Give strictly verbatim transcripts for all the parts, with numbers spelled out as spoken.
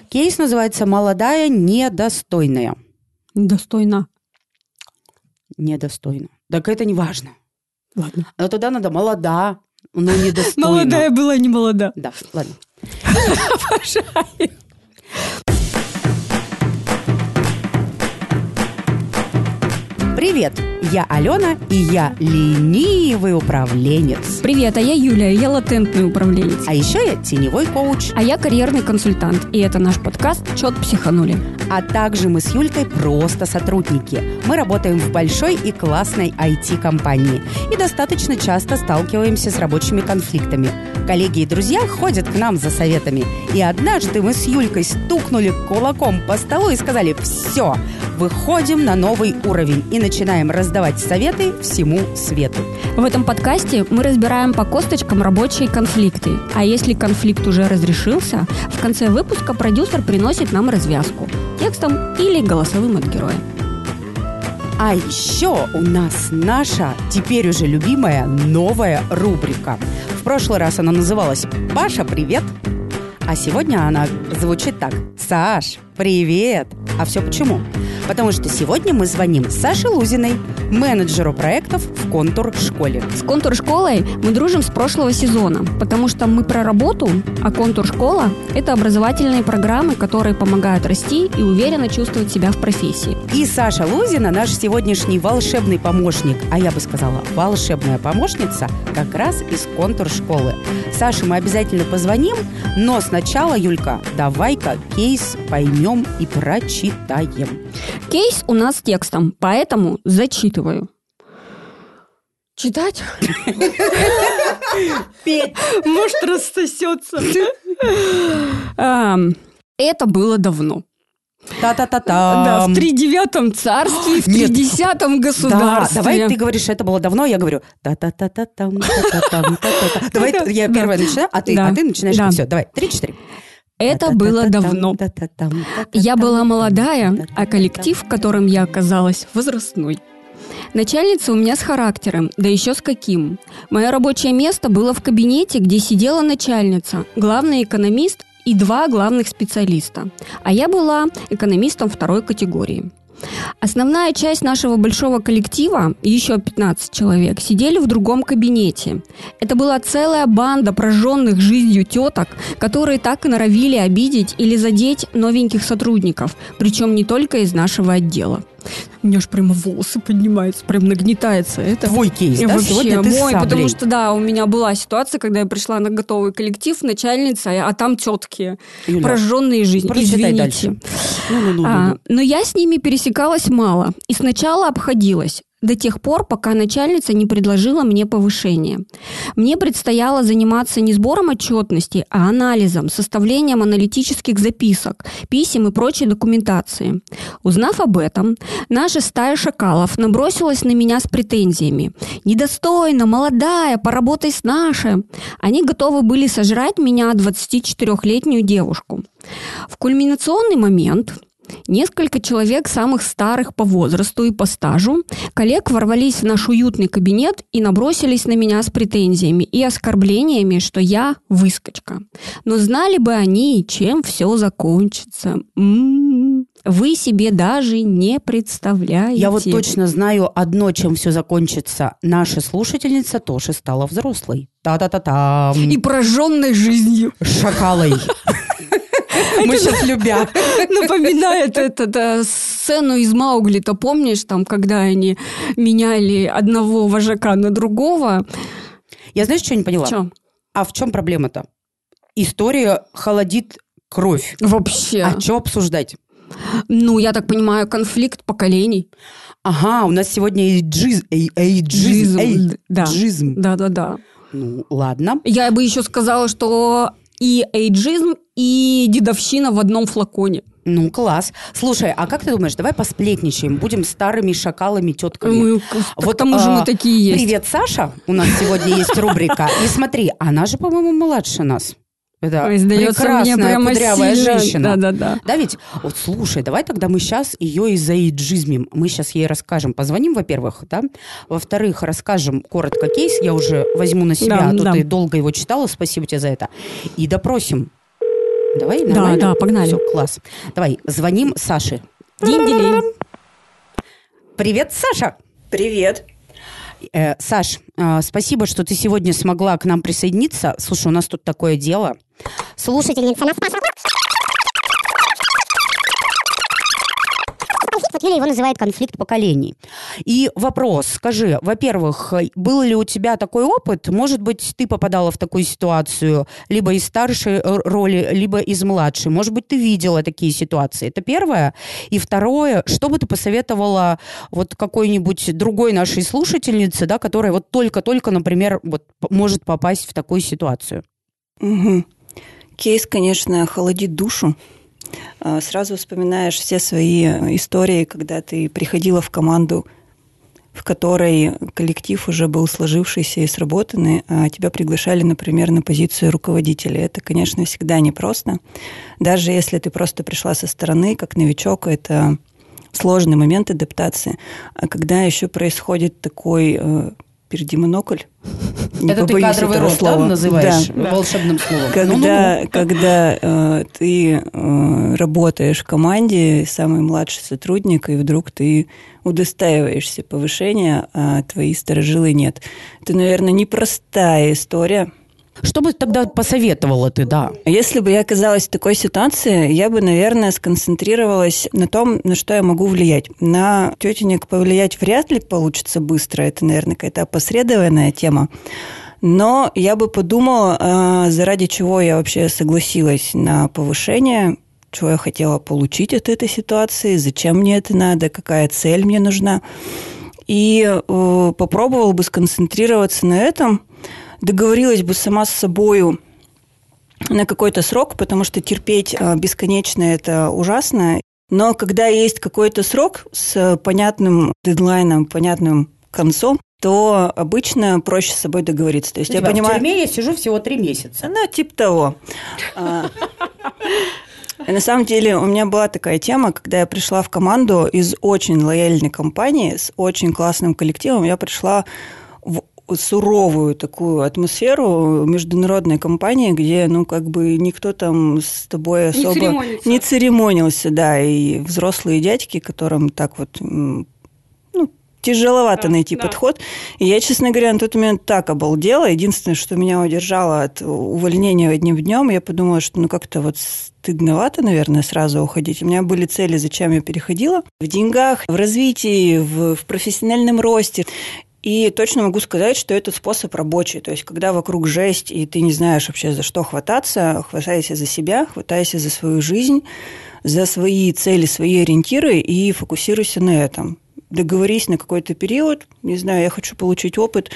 Кейс называется «Молодая недостойная». Недостойна. Недостойна. Так это не важно. Ладно. Но тогда надо молода, но недостойна. Молодая была не молода. Да, ладно. Обожаю. Привет, я Алена, и я ленивый управленец. Привет, а я Юля, и я латентный управленец. А еще я теневой коуч. А я карьерный консультант, и это наш подкаст «Чет психанули». А также мы с Юлькой просто сотрудники. Мы работаем в большой и классной ай ти-компании и достаточно часто сталкиваемся с рабочими конфликтами. Коллеги и друзья ходят к нам за советами. И однажды мы с Юлькой стукнули кулаком по столу и сказали: «Все, выходим на новый уровень и начинаем раздавать советы всему свету». В этом подкасте мы разбираем по косточкам рабочие конфликты. А если конфликт уже разрешился, в конце выпуска продюсер приносит нам развязку текстом или голосовым от героя. А еще у нас наша, теперь уже любимая, новая рубрика. В прошлый раз она называлась «Паша, привет!», а сегодня она звучит так: «Саш, привет!». А все почему? Потому что сегодня мы звоним Саше Лузиной, менеджеру проектов в «Контур-школе». С «Контур-школой» мы дружим с прошлого сезона, потому что мы про работу, а «Контур-школа» — это образовательные программы, которые помогают расти и уверенно чувствовать себя в профессии. И Саша Лузина, наш сегодняшний волшебный помощник, а я бы сказала, волшебная помощница, как раз из «Контур-школы». Саше мы обязательно позвоним, но сначала, Юлька, давай-ка кейс поймем и прочитаем. Кейс у нас с текстом, поэтому зачитываю. Читать? Петь. Может, рассосется. Это было давно. Та-та-та-та. Да, в тридевятом царстве, в тридесятом государстве. Да, давай ты говоришь, это было давно, я говорю та-та-та-та-там, та-та-там, та-та-та. Давай я первая начинаю, а ты начинаешь. Все, давай, три-четыре. Это было давно. Я была молодая, а коллектив, в котором я оказалась, возрастной. Начальница у меня с характером, да еще с каким. Мое рабочее место было в кабинете, где сидела начальница, главный экономист и два главных специалиста. А я была экономистом второй категории. Основная часть нашего большого коллектива, еще пятнадцать человек, сидели в другом кабинете. Это была целая банда прожженных жизнью теток, которые так и норовили обидеть или задеть новеньких сотрудников, причем не только из нашего отдела. У меня аж прямо волосы поднимаются, прям нагнетается это. Твой кейс, да? Вообще Сегодня ты мой, с потому что, да, у меня была ситуация, когда я пришла на готовый коллектив, начальница, а там тетки, Юля, прожженные жизнью. прочитай Извините. дальше. Ну-ну-ну-ну. А, но я с ними пересекалась мало и сначала обходилась. До тех пор, пока начальница не предложила мне повышение. Мне предстояло заниматься не сбором отчетности, а анализом, составлением аналитических записок, писем и прочей документации. Узнав об этом, наша стая шакалов набросилась на меня с претензиями. «Недостойно, молодая, поработай с нашей». Они готовы были сожрать меня, двадцатичетырёхлетнюю девушку. В кульминационный момент... Несколько человек, самых старых по возрасту и по стажу, коллег ворвались в наш уютный кабинет и набросились на меня с претензиями и оскорблениями, что я выскочка. Но знали бы они, чем все закончится. М-м-м. Вы себе даже не представляете. Я вот точно знаю одно, чем все закончится. Наша слушательница тоже стала взрослой. Та-та-та-та. И прожженной жизнью. Шакалой. Мы сейчас любя. Напоминает это, да, сцену из «Маугли»,-то помнишь, там, когда они меняли одного вожака на другого? Я, знаешь, что не поняла? Что? А в чем проблема-то? История холодит кровь. Вообще. А что обсуждать? Ну, я так понимаю, конфликт поколений. Ага, у нас сегодня эйджиз, эй, эйджизм. Эй, да. Джизм. Да-да-да. Ну, ладно. Я бы еще сказала, что и эйджизм, и дедовщина в одном флаконе. Ну, класс. Слушай, а как ты думаешь, давай посплетничаем, будем старыми шакалами, тетками. Мы, вот к тому же мы такие есть. Привет, Саша. У нас сегодня есть рубрика. И смотри, она же, по-моему, младше нас. Это Ой, сдается прекрасная мне прямо кудрявая сильно. женщина. Да-да-да. Да ведь? Вот слушай, давай тогда мы сейчас ее и заэйджизмим. Мы сейчас ей расскажем. Позвоним, во-первых, да? Во-вторых, расскажем коротко кейс. Я уже возьму на себя, да, а то да. ты долго его читала. Спасибо тебе за это. И допросим. Давай, нормально? Да, да, погнали. Все, класс. Давай, звоним Саше. Динь-дилей. Привет, Саша! Привет. Э, Саш, э, спасибо, что ты сегодня смогла к нам присоединиться. Слушай, у нас тут такое дело. Слушательница нас спрашивает. Вот Юля его называет конфликт поколений. И вопрос, скажи, во-первых, был ли у тебя такой опыт? Может быть, ты попадала в такую ситуацию либо из старшей роли, либо из младшей. Может быть, ты видела такие ситуации. Это первое. И второе, что бы ты посоветовала вот какой-нибудь другой нашей слушательнице, да, которая вот только-только, например, вот может попасть в такую ситуацию? Угу. Кейс, конечно, холодит душу. Сразу вспоминаешь все свои истории, когда ты приходила в команду, в которой коллектив уже был сложившийся и сработанный, а тебя приглашали, например, на позицию руководителя. Это, конечно, всегда непросто. Даже если ты просто пришла со стороны, как новичок, это сложный момент адаптации. А когда еще происходит такой... Впереди монокль. Не это ты кадровый рост, да, называешь да. волшебным словом? Когда, ну, ну. когда э, ты э, работаешь в команде, самый младший сотрудник, и вдруг ты удостаиваешься повышения, а твои старожилы нет. Это, наверное, непростая история. Что бы тогда посоветовала ты, да? Если бы я оказалась в такой ситуации, я бы, наверное, сконцентрировалась на том, на что я могу влиять. На тетенек повлиять вряд ли получится быстро. Это, наверное, какая-то опосредованная тема. Но я бы подумала, заради чего я вообще согласилась на повышение, чего я хотела получить от этой ситуации, зачем мне это надо, какая цель мне нужна. И попробовала бы сконцентрироваться на этом, договорилась бы сама с собою на какой-то срок, потому что терпеть бесконечно – это ужасно. Но когда есть какой-то срок с понятным дедлайном, понятным концом, то обычно проще с собой договориться. То есть, я понимаю, в тюрьме я сижу всего три месяца. Ну, типа того. На самом деле у меня была такая тема, когда я пришла в команду из очень лояльной компании, с очень классным коллективом, я пришла в суровую такую атмосферу международной компании, где, ну, как бы никто там с тобой особо не церемонился, не церемонился, да, и взрослые дядьки, которым так вот, ну, тяжеловато да, найти да. подход. И я, честно говоря, на тот момент так обалдела. Единственное, что меня удержало от увольнения одним днем, я подумала, что ну как-то вот стыдновато, наверное, сразу уходить. У меня были цели, зачем я переходила. В деньгах, в развитии, в, в профессиональном росте. И точно могу сказать, что этот способ рабочий. То есть, когда вокруг жесть, и ты не знаешь вообще, за что хвататься, хватайся за себя, хватайся за свою жизнь, за свои цели, свои ориентиры и фокусируйся на этом. Договорись на какой-то период, не знаю, я хочу получить опыт,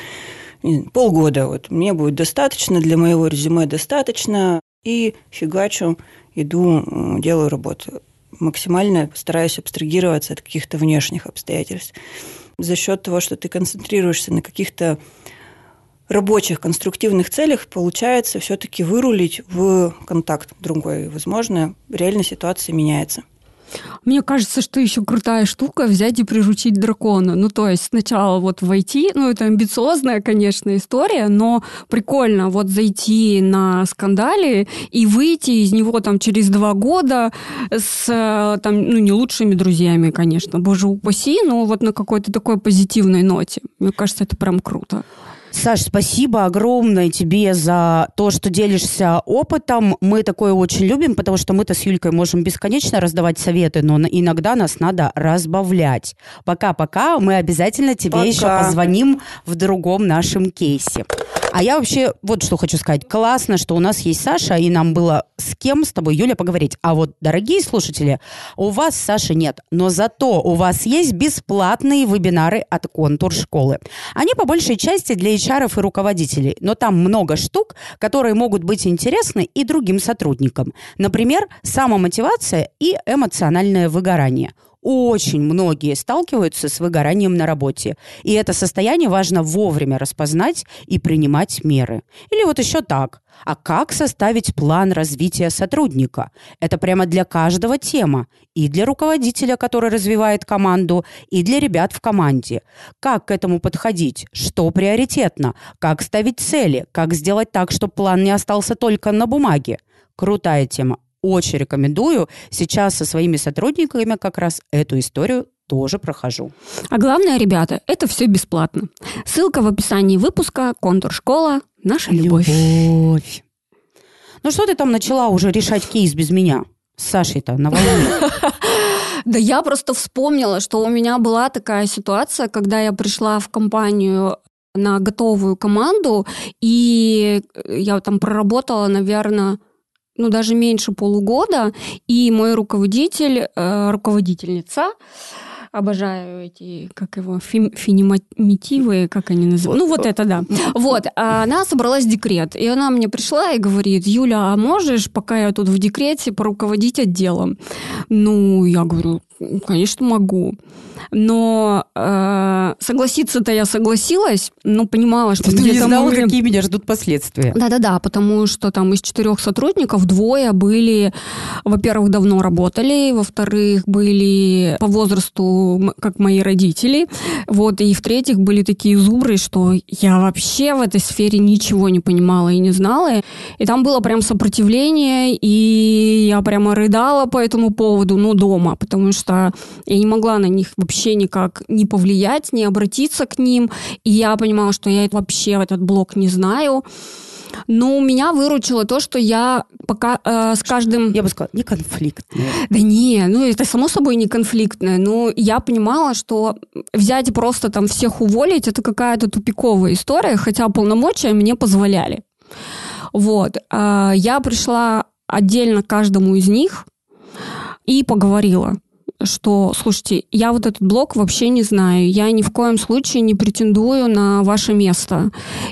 полгода, вот, мне будет достаточно, для моего резюме достаточно, и фигачу, иду, делаю работу. Максимально стараюсь абстрагироваться от каких-то внешних обстоятельств. За счет того, что ты концентрируешься на каких-то рабочих, конструктивных целях, получается все-таки вырулить в контакт другой. Возможно, реально ситуация меняется. Мне кажется, что еще крутая штука взять и приручить дракона. Ну, то есть сначала вот войти, ну, это амбициозная, конечно, история, но прикольно вот зайти на скандале и выйти из него там через два года с, там, ну, не лучшими друзьями, конечно, боже упаси, но вот на какой-то такой позитивной ноте. Мне кажется, это прям круто. Саш, спасибо огромное тебе за то, что делишься опытом. Мы такое очень любим, потому что мы-то с Юлькой можем бесконечно раздавать советы, но иногда нас надо разбавлять. Пока-пока, мы обязательно тебе Пока. еще позвоним в другом нашем кейсе. А я вообще вот что хочу сказать. Классно, что у нас есть Саша, и нам было с кем с тобой, Юля, поговорить. А вот, дорогие слушатели, у вас Саши нет, но зато у вас есть бесплатные вебинары от Контур школы. Они по большей части для эйч ар и руководителей, но там много штук, которые могут быть интересны и другим сотрудникам. Например, самомотивация и эмоциональное выгорание. Очень многие сталкиваются с выгоранием на работе. И это состояние важно вовремя распознать и принимать меры. Или вот еще так. А как составить план развития сотрудника? Это прямо для каждого тема. И для руководителя, который развивает команду, и для ребят в команде. Как к этому подходить? Что приоритетно? Как ставить цели? Как сделать так, чтобы план не остался только на бумаге? Крутая тема. очень рекомендую. Сейчас со своими сотрудниками как раз эту историю тоже прохожу. А главное, ребята, это все бесплатно. Ссылка в описании выпуска. Контур-школа. Наша любовь. Любовь. Ну что ты там начала уже решать кейс без меня? С Сашей-то на волне. Да я просто вспомнила, что у меня была такая ситуация, когда я пришла в компанию на готовую команду, и я там проработала, наверное, ну даже меньше полугода, и мой руководитель, э, руководительница, обожаю эти, как его, фем, феминитивы, как они называются. Ну, вот это, да. Вот, она собралась в декрет, и она мне пришла и говорит: Юля, а можешь, пока я тут в декрете, поруководить отделом? Ну, я говорю, конечно, могу. Но э, согласиться-то я согласилась, но понимала, что ты где-то... не знала, мы... какие меня ждут последствия. Да-да-да, потому что там из четырех сотрудников двое были, во-первых, давно работали, во-вторых, были по возрасту, как мои родители, вот, и в-третьих, были такие зубры, что я вообще в этой сфере ничего не понимала и не знала, и там было прям сопротивление, и я прямо рыдала по этому поводу, ну, дома, потому что я не могла на них вообще никак не повлиять, не обратиться к ним. И я понимала, что я вообще этот блок не знаю. Но меня выручило то, что я пока э, с каждым... Я бы сказала, не конфликтная. Да не, ну это само собой не конфликтное, но я понимала, что взять и просто там всех уволить, это какая-то тупиковая история, хотя полномочия мне позволяли. Вот. Э, я пришла отдельно к каждому из них и поговорила, что, слушайте, я вот этот блок вообще не знаю, я ни в коем случае не претендую на ваше место.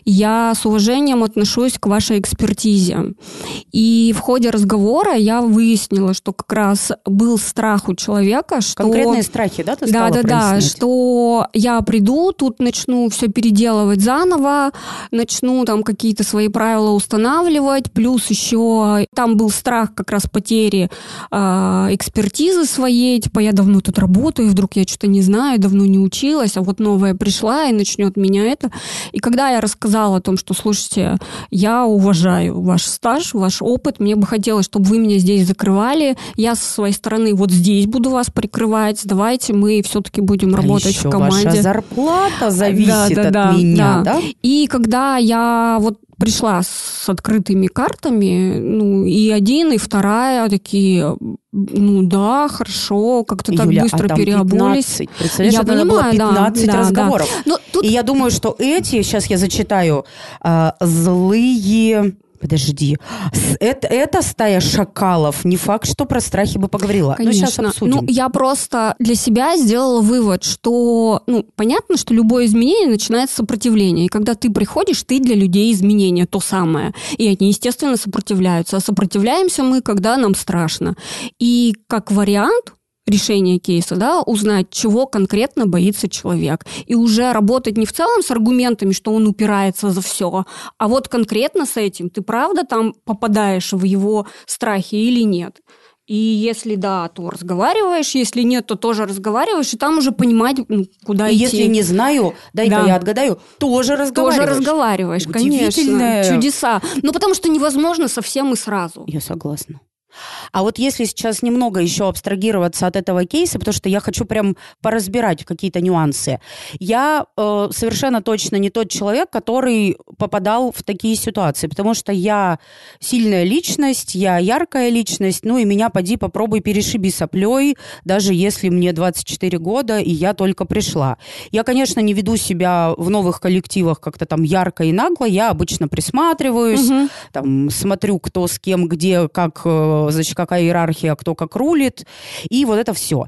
Я с уважением отношусь к вашей экспертизе. И в ходе разговора я выяснила, что как раз был страх у человека, что... Конкретные страхи, да, ты стала Да, да, да, прояснять? что я приду, тут начну все переделывать заново, начну там какие-то свои правила устанавливать, плюс еще там был страх как раз потери э, экспертизы своей, типа я давно тут работаю, вдруг я что-то не знаю, давно не училась, а вот новая пришла и начнет меня это. И когда я рассказала о том, что, слушайте, я уважаю ваш стаж, ваш опыт, мне бы хотелось, чтобы вы меня здесь закрывали, я со своей стороны вот здесь буду вас прикрывать, давайте мы все-таки будем а работать еще в команде. Ваша зарплата зависит да, да, от да, меня, да. да? И когда я вот пришла с открытыми картами, ну, и один, и вторая такие, ну да, хорошо, как-то так Юля, быстро а там переболелись. пятнадцать. Представляешь, Я это надо понимаю, было пятнадцать да, разговоров. да, да. Но тут... И я думаю, что эти, сейчас я зачитаю, э, злые... Подожди. Это, это стая шакалов. Не факт, что про страхи бы поговорила. Конечно. Ну, сейчас обсудим. Ну, я просто для себя сделала вывод, что, ну, понятно, что любое изменение начинается с сопротивления. И когда ты приходишь, ты для людей изменение то самое. И они, естественно, сопротивляются. А сопротивляемся мы, когда нам страшно. И как вариант... решения кейса, да, узнать, чего конкретно боится человек. И уже работать не в целом с аргументами, что он упирается за все, а вот конкретно с этим. Ты правда там попадаешь в его страхи или нет? И если да, то разговариваешь, если нет, то тоже разговариваешь, и там уже понимать, ну, куда и идти. если не знаю, дай-ка да. я отгадаю, тоже разговариваешь. Тоже разговариваешь, конечно. Чудеса. Ну, потому что невозможно совсем и сразу. Я согласна. А вот если сейчас немного еще абстрагироваться от этого кейса, потому что я хочу прям поразбирать какие-то нюансы. Я э, совершенно точно не тот человек, который попадал в такие ситуации, потому что я сильная личность, я яркая личность, ну и меня поди попробуй перешиби соплей, даже если мне двадцать четыре года, и я только пришла. Я, конечно, не веду себя в новых коллективах как-то там ярко и нагло, я обычно присматриваюсь, угу. там, смотрю, кто с кем, где, как... значит, какая иерархия, кто как рулит, и вот это все.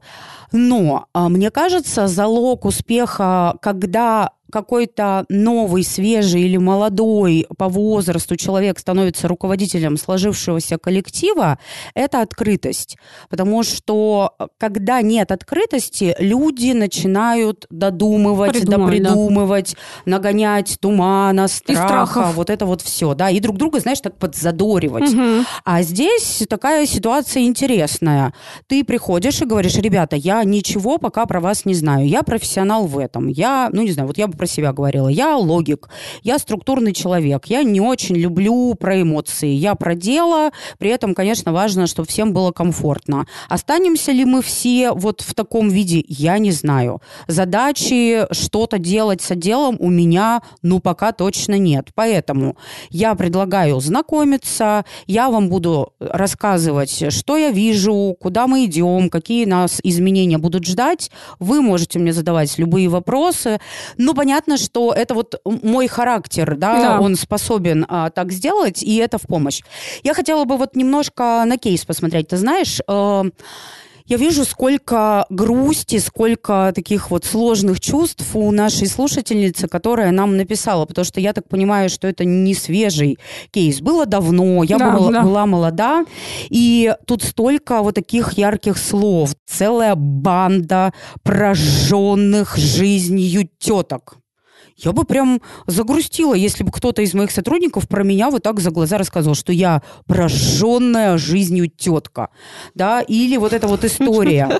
Но мне кажется, залог успеха, когда какой-то новый, свежий или молодой по возрасту человек становится руководителем сложившегося коллектива, это открытость. Потому что когда нет открытости, люди начинают додумывать, Придумывать, допридумывать, да. нагонять тумана, страха, и вот это вот все, да, и друг друга, знаешь, так подзадоривать. Угу. А здесь такая ситуация интересная. Ты приходишь и говоришь: ребята, я ничего пока про вас не знаю, я профессионал в этом, я, ну не знаю, вот я бы про себя говорила. Я логик, я структурный человек, я не очень люблю про эмоции, я про дело, при этом, конечно, важно, чтобы всем было комфортно. Останемся ли мы все вот в таком виде, я не знаю. Задачи что-то делать с отделом у меня, ну, пока точно нет. Поэтому я предлагаю знакомиться, я вам буду рассказывать, что я вижу, куда мы идем, какие нас изменения будут ждать. Вы можете мне задавать любые вопросы. Ну, понятно, что это вот мой характер, да, Да. он способен а, так сделать, и это в помощь. Я хотела бы вот немножко на кейс посмотреть. Ты знаешь, э, я вижу, сколько грусти, сколько таких вот сложных чувств у нашей слушательницы, которая нам написала, потому что я так понимаю, что это не свежий кейс. Было давно, я Да, была, да. была молода, и тут столько вот таких ярких слов. Целая банда прожженных жизнью теток. Я бы прям загрустила, если бы кто-то из моих сотрудников про меня вот так за глаза рассказывал, что я прожженная жизнью тетка. Да? Или вот эта вот история.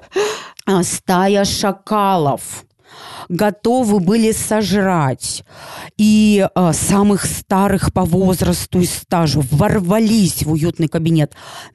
Стая шакалов готовы были сожрать. И э, самых старых по возрасту и стажу ворвались в уютный кабинет,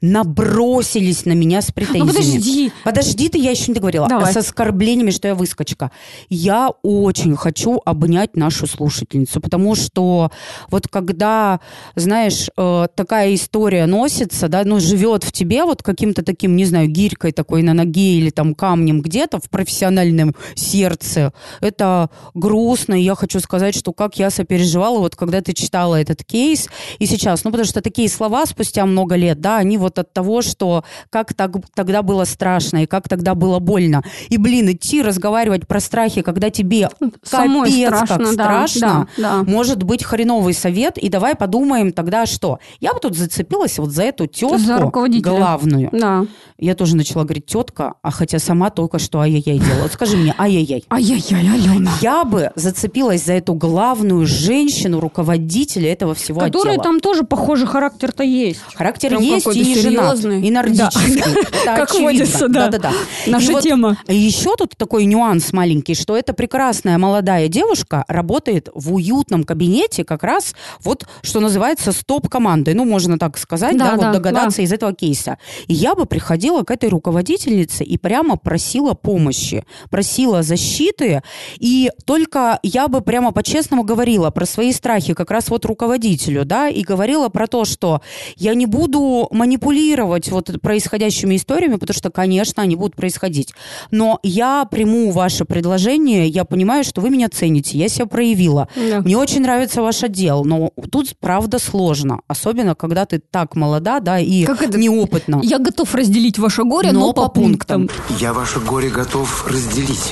набросились на меня с претензиями. Ну, подожди. Подожди, ты, я еще не договорила. Давай. С оскорблениями, что я выскочка. Я очень хочу обнять нашу слушательницу, потому что вот когда, знаешь, э, такая история носится, да, ну, живет в тебе вот каким-то таким, не знаю, гирькой такой на ноге или там камнем где-то в профессиональном сердце, это грустно, и я хочу сказать, что как я сопереживала, вот когда ты читала этот кейс, и сейчас, ну, потому что такие слова спустя много лет, да, они вот от того, что как так, тогда было страшно, и как тогда было больно. И, блин, идти разговаривать про страхи, когда тебе Самой капец страшно, как да, страшно, да, да. может быть хреновый совет, и давай подумаем тогда, что. Я бы тут зацепилась вот за эту тетку За руководителя. главную. Да. Я тоже начала говорить тетка, а хотя сама только что ай-яй-яй делала. Вот скажи мне, ай-яй-яй. Ай-яй-яй, Алена. Я бы зацепилась за эту главную женщину, руководителя этого всего Которая отдела. там тоже, похоже, характер-то есть. Характер Прям есть какой-то и женат, серьезный. и нордический. Да. Это Как очевидно. водится, да. Да-да-да. Наша И вот тема. еще тут такой нюанс маленький, что эта прекрасная молодая девушка работает в уютном кабинете как раз вот, что называется, стоп-командой. Ну, можно так сказать, да, Да, вот да, догадаться да. из этого кейса. И я бы приходила к этой руководительнице и прямо просила помощи, просила защиты, и только я бы прямо по-честному говорила про свои страхи как раз вот руководителю, да, и говорила про то, что я не буду манипулировать вот происходящими историями, потому что, конечно, они будут происходить. Но я приму ваше предложение, я понимаю, что вы меня цените, я себя проявила. Да. Мне очень нравится ваш отдел, но тут, правда, сложно. Особенно, когда ты так молода, да, и Как это? неопытна. Я готов разделить ваше горе, но, Но по по пунктам. пунктам. Я ваше горе готов разделить,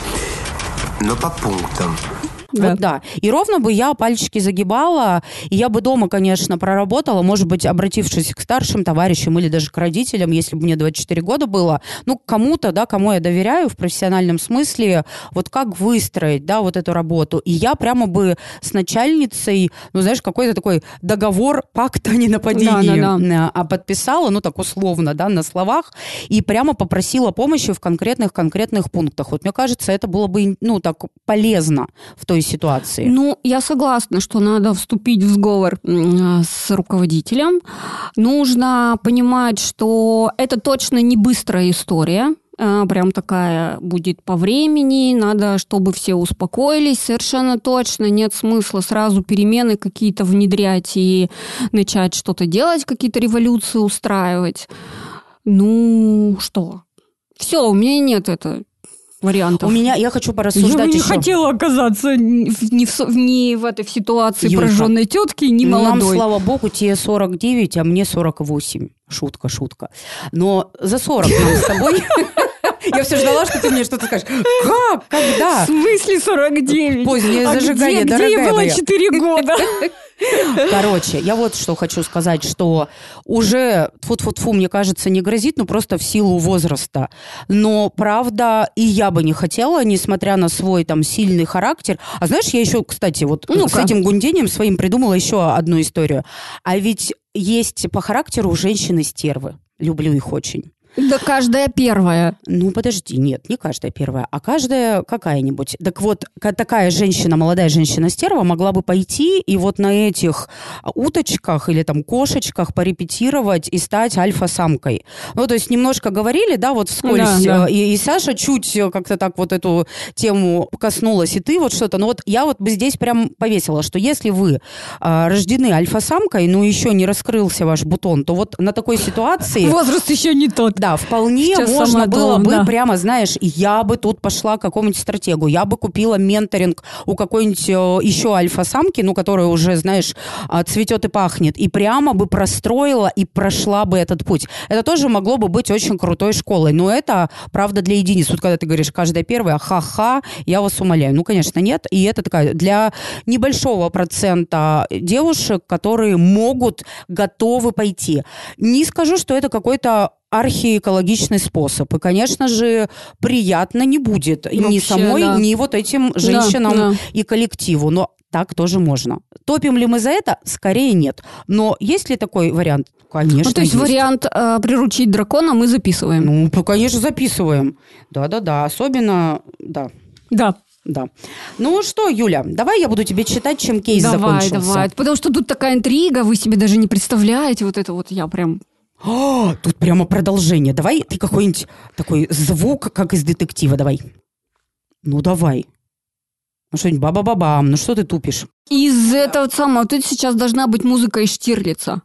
но по пунктам. Да. Вот да. И ровно бы я пальчики загибала, и я бы дома, конечно, проработала, может быть, обратившись к старшим товарищам или даже к родителям, если бы мне двадцать четыре года было, ну, к кому-то, да, кому я доверяю в профессиональном смысле, вот как выстроить, да, вот эту работу. И я прямо бы с начальницей, ну, знаешь, какой-то такой договор, пакт о ненападении Да, да, да. а подписала, ну, так условно, да, на словах, и прямо попросила помощи в конкретных-конкретных пунктах. Вот мне кажется, это было бы, ну, так полезно в той ситуации. Ну, я согласна, что надо вступить в сговор м, с руководителем. Нужно понимать, что это точно не быстрая история. А, Прям такая будет по времени. Надо, чтобы все успокоились. Совершенно точно нет смысла сразу перемены какие-то внедрять и начать что-то делать, какие-то революции устраивать. Ну, что? Все, у меня нет это вариантов. У меня, я хочу Я порассуждать бы не еще. хотела оказаться ни в, ни в со- ни в этой в ситуации Юлька, прожженной тетки, ни Нам, молодой. слава богу, тебе сорок девять, а мне сорок восемь. Шутка, шутка. Но за сорок нам с тобой... Я все ждала, что ты мне что-то скажешь. Как? В Когда? смысле сорок девять? Позднее А зажигание, где, где дорогая я была моя. четыре года? Короче, я вот что хочу сказать, что уже, тьфу-тьфу-тьфу, мне кажется, не грозит, ну просто в силу возраста. Но, правда, и я бы не хотела, несмотря на свой там сильный характер. А знаешь, я еще, кстати, вот Ну-ка. с этим гундением своим придумала еще одну историю. А ведь есть по характеру у женщины стервы. Люблю их очень. Да каждая первая. Ну, подожди, нет, не каждая первая, а каждая какая-нибудь. Так вот, такая женщина, молодая женщина-стерва могла бы пойти и вот на этих уточках или там кошечках порепетировать и стать альфа-самкой. Ну, то есть немножко говорили, да, вот вскользь, да, да. И, и Саша чуть как-то так вот эту тему коснулась, и ты вот что-то. Ну, вот я вот бы здесь прям повесила, что если вы а, рождены альфа-самкой, но еще не раскрылся ваш бутон, то вот на такой ситуации... Возраст еще не тот. Да, вполне Сейчас можно было бы да. прямо, знаешь, я бы тут пошла к какому-нибудь стратегу, я бы купила менторинг у какой-нибудь еще альфа-самки, ну, которая уже, знаешь, цветет и пахнет, и прямо бы простроила и прошла бы этот путь. Это тоже могло бы быть очень крутой школой, но это, правда, для единиц. Вот когда ты говоришь, каждая первая, ха-ха, я вас умоляю. Ну, конечно, нет. И это такая для небольшого процента девушек, которые могут, готовы пойти. Не скажу, что это какой-то архиэкологичный способ. И, конечно же, приятно не будет Вообще, ни самой, да. ни вот этим женщинам да, да. и коллективу. Но так тоже можно. Топим ли мы за это? Скорее нет. Но есть ли такой вариант? Конечно, ну, то есть, есть. вариант э, приручить дракона мы записываем? Ну, конечно, записываем. Да-да-да. Особенно, да. Да. Да. Ну что, Юля, давай я буду тебе читать, чем кейс давай, закончился. Давай, давай. Потому что тут такая интрига, вы себе даже не представляете. Вот это вот я прям... О, тут прямо продолжение. Давай ты какой-нибудь такой звук, как из детектива, давай. Ну, давай. Ну, что-нибудь ба-ба-ба-бам. Ну, что ты тупишь? Из этого самого... Тут сейчас должна быть музыка из Штирлица.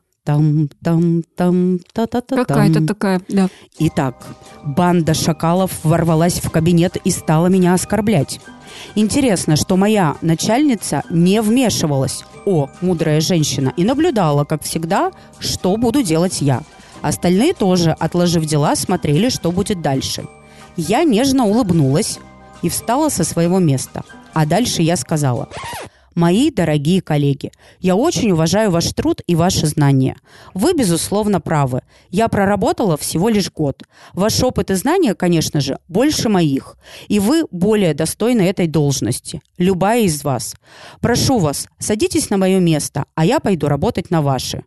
Там-там-там, та-та-та-там. Какая-то такая, да. Итак, банда шакалов ворвалась в кабинет и стала меня оскорблять. Интересно, что моя начальница не вмешивалась, о, мудрая женщина, и наблюдала, как всегда, что буду делать я. Остальные тоже, отложив дела, смотрели, что будет дальше. Я нежно улыбнулась и встала со своего места. А дальше я сказала: «Мои дорогие коллеги, я очень уважаю ваш труд и ваши знания. Вы, безусловно, правы. Я проработала всего лишь год. Ваш опыт и знания, конечно же, больше моих. И вы более достойны этой должности. Любая из вас. Прошу вас, садитесь на мое место, а я пойду работать на ваше».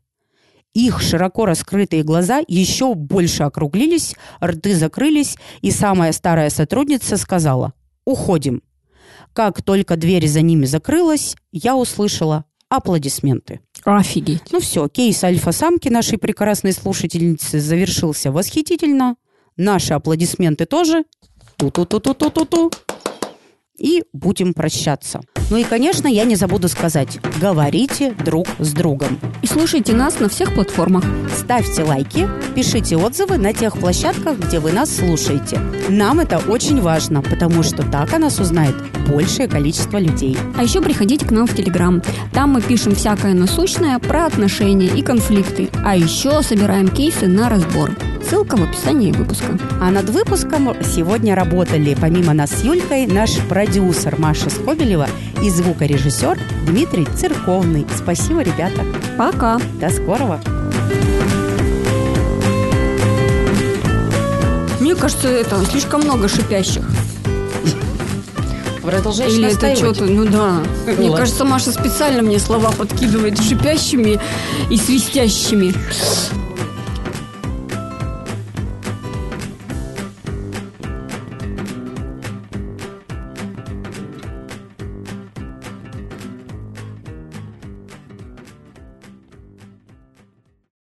Их широко раскрытые глаза еще больше округлились, рты закрылись, и самая старая сотрудница сказала: «Уходим». Как только дверь за ними закрылась, я услышала аплодисменты. Офигеть. Ну все, кейс альфа-самки нашей прекрасной слушательницы завершился восхитительно. Наши аплодисменты тоже. Ту-ту-ту-ту-ту-ту-ту. И будем прощаться. Ну и, конечно, я не забуду сказать: говорите друг с другом. И слушайте нас на всех платформах. Ставьте лайки, пишите отзывы на тех площадках, где вы нас слушаете. Нам это очень важно, потому что так о нас узнает большее количество людей. А еще приходите к нам в Телеграм. Там мы пишем всякое насущное про отношения и конфликты. А еще собираем кейсы на разбор. Ссылка в описании выпуска. А над выпуском сегодня работали, помимо нас с Юлькой, наш продюсер Маша Скобелева и звукорежиссер Дмитрий Церковный. Спасибо, ребята. Пока. До скорого. Мне кажется, это слишком много шипящих. Продолжаешь Или настаивать? это что-то, ну да. Ну, мне ладно. кажется, Маша специально мне слова подкидывает шипящими и свистящими.